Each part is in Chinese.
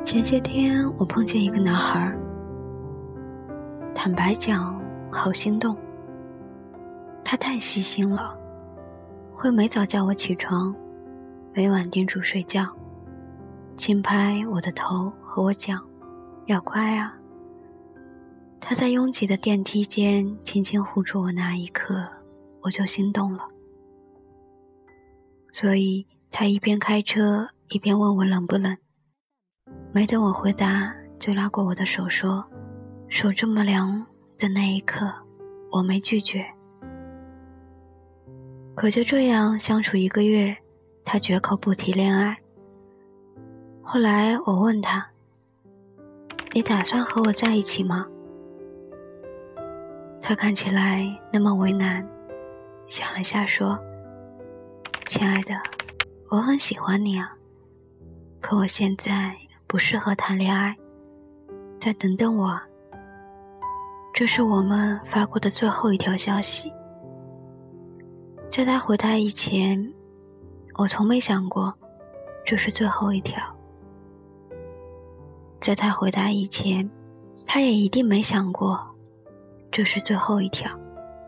前些天我碰见一个男孩，坦白讲好心动。他太细心了，会每早叫我起床，每晚叮嘱睡觉，轻拍我的头和我讲要乖啊。他在拥挤的电梯间轻轻护住我，那一刻我就心动了。所以他一边开车一边问我冷不冷，没等我回答就拉过我的手说，手这么凉的那一刻我没拒绝。可就这样相处1个月，他绝口不提恋爱。后来我问他，你打算和我在一起吗？他看起来那么为难，想了下说，亲爱的，我很喜欢你啊，可我现在不适合谈恋爱，再等等我啊。这是我们发过的最后一条消息。在他回答以前，我从没想过这是最后一条。在他回答以前，他也一定没想过这是最后一条。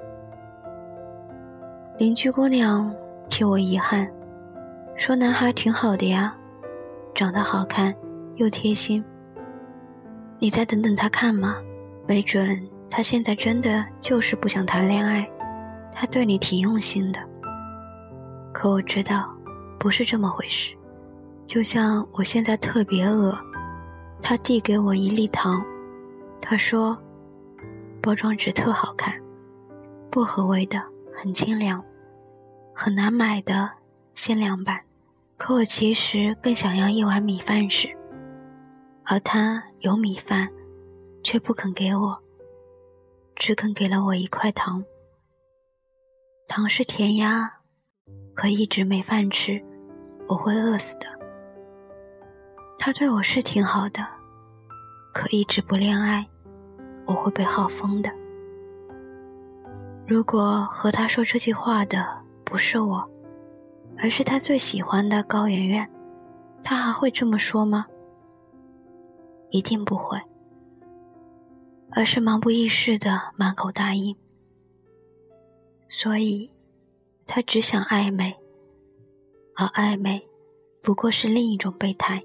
邻居姑娘替我遗憾，说男孩挺好的呀，长得好看又贴心，你再等等他看嘛，没准他现在真的就是不想谈恋爱，他对你挺用心的。可我知道不是这么回事。就像我现在特别饿，他递给我1粒糖，他说包装纸特好看，薄荷味的，很清凉，很难买的限量版。可我其实更想要一碗米饭时，而他有米饭却不肯给我，只肯给了我1块糖。糖是甜呀，可一直没饭吃，我会饿死的。他对我是挺好的，可一直不恋爱，我会被耗疯的。如果和他说这句话的不是我，而是他最喜欢的高圆圆，他还会这么说吗？一定不会，而是忙不易事的满口答应。所以他只想暧昧，而暧昧不过是另一种备胎。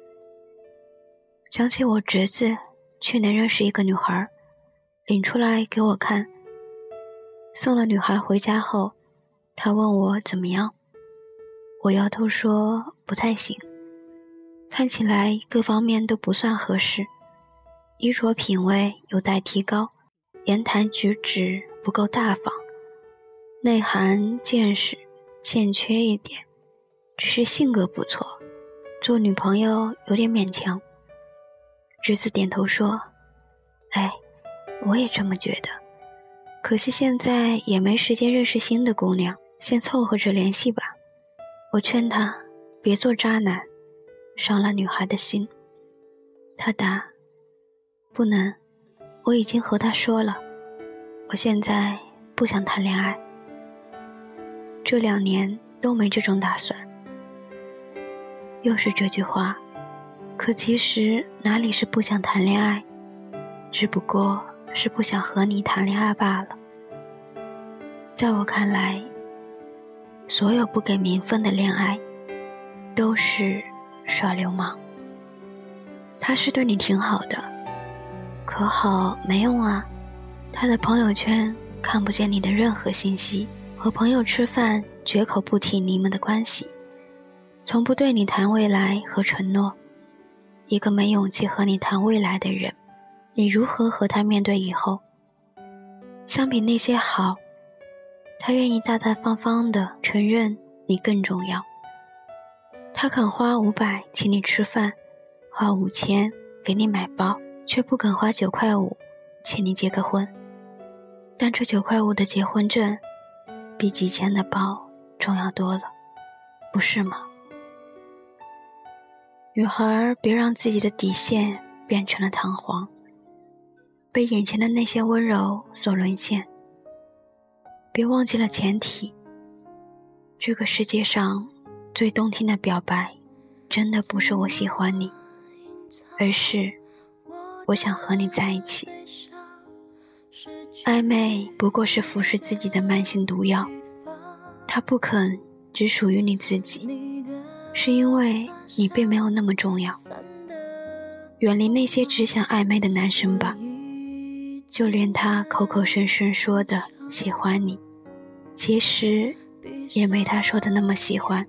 想起我侄子去年认识一个女孩，领出来给我看，送了女孩回家后，他问我怎么样，我摇头说不太行，看起来各方面都不算合适，衣着品味有待提高，言谈举止不够大方，内涵见识欠缺一点，只是性格不错，做女朋友有点勉强。侄子点头说，哎，我也这么觉得，可惜现在也没时间认识新的姑娘，先凑合着联系吧。我劝他别做渣男，伤了女孩的心。他答，不能，我已经和他说了，我现在不想谈恋爱，这2年都没这种打算。又是这句话，可其实哪里是不想谈恋爱，只不过是不想和你谈恋爱罢了。在我看来，所有不给名分的恋爱都是耍流氓。他是对你挺好的，可好没用啊，他的朋友圈看不见你的任何信息，和朋友吃饭绝口不提你们的关系，从不对你谈未来和承诺。一个没勇气和你谈未来的人，你如何和他面对以后？相比那些好，他愿意大大方方地承认你更重要。他肯花500请你吃饭，花5000给你买包，却不肯花9块5请你结个婚。但这9块5的结婚证比几千的包重要多了，不是吗？女孩别让自己的底线变成了弹簧，被眼前的那些温柔所沦陷。别忘记了前提，这个世界上最动听的表白真的不是我喜欢你， 而是我想和你在一起。暧昧不过是腐蚀自己的慢性毒药，它不肯只属于你自己，是因为你并没有那么重要。远离那些只想暧昧的男生吧，就连他口口声声说的喜欢你，其实也没他说的那么喜欢。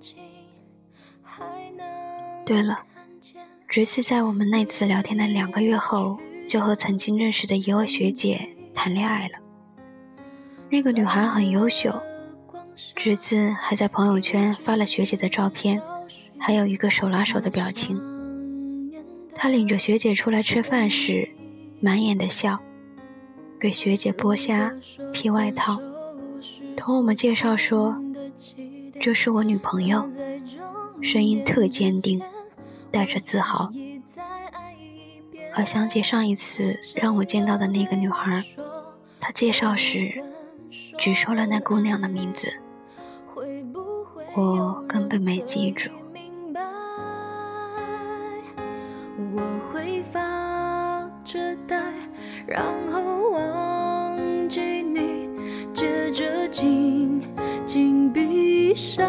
对了，侄子在我们那次聊天的2个月后，就和曾经认识的一位学姐谈恋爱了。那个女孩很优秀，侄子还在朋友圈发了学姐的照片，还有一个手拉手的表情。他领着学姐出来吃饭时，满眼的笑，给学姐剥虾、披外套，同我们介绍说，这是我女朋友，声音特坚定，带着自豪。而想起上一次让我见到的那个女孩，她介绍时只说了那姑娘的名字，我根本没记住。 我会发着呆，然后忘记你，接着紧紧闭上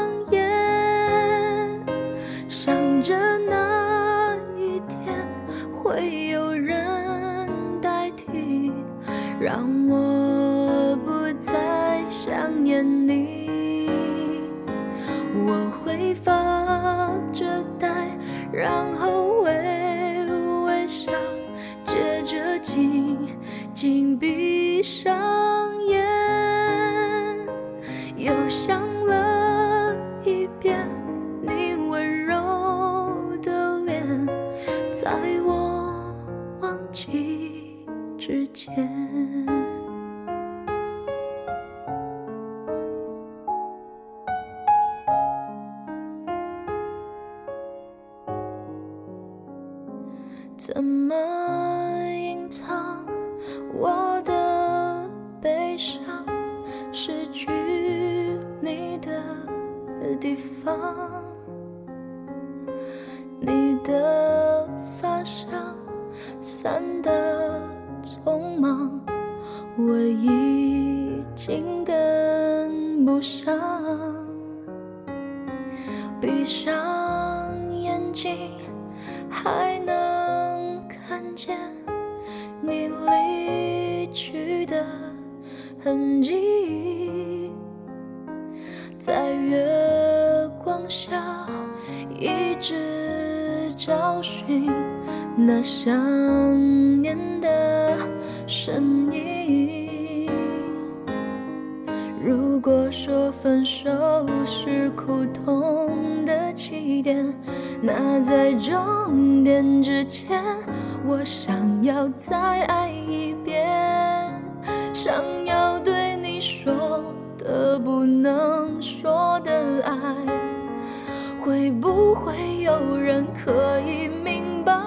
眼，想着那一天会有人代替，让我不再想念你。我会发着呆，然后微笑，接着紧紧闭上眼，又想了一遍你温柔的脸，在我忘记之前。怎么隐藏我的悲伤？失去你的地方，你的发香散得匆忙，我已经跟不上。闭上眼睛还能看见你离去的痕迹，在月光下一直找寻那想念的身影。如果说分手是苦痛的起点，那在终点之前，我想要再爱一遍，想要对你说的不能说的爱，会不会有人可以明白？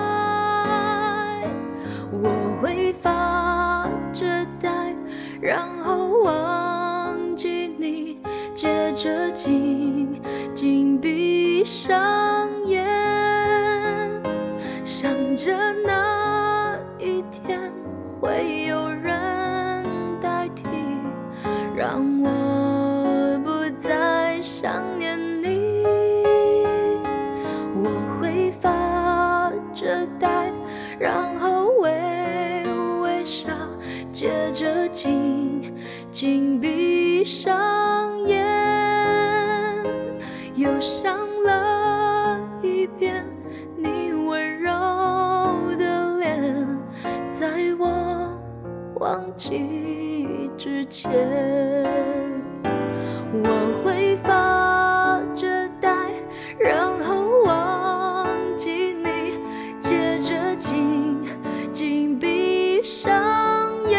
我会发着呆，然后忘记你，接着紧紧闭上眼，想着那一天会有人代替，让我不再想念你。我会发着呆，然后微笑，接着紧紧闭上眼，又想了一遍你温柔的脸，在我忘记之前。我会发着呆，然后忘记你，接着紧紧闭上眼，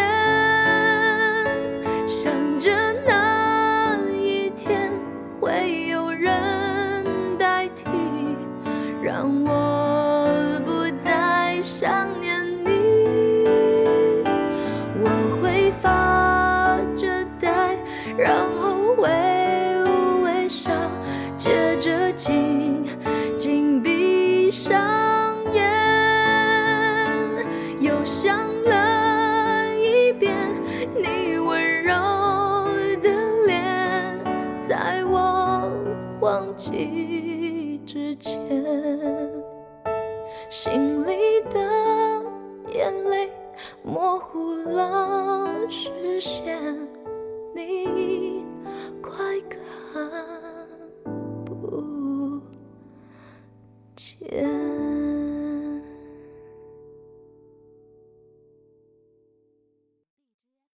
想着那一天会有人代替，让我不再想念你。我会发着呆，然后微笑，接着紧紧闭上眼， 弃之前，心里的眼泪模糊了视线，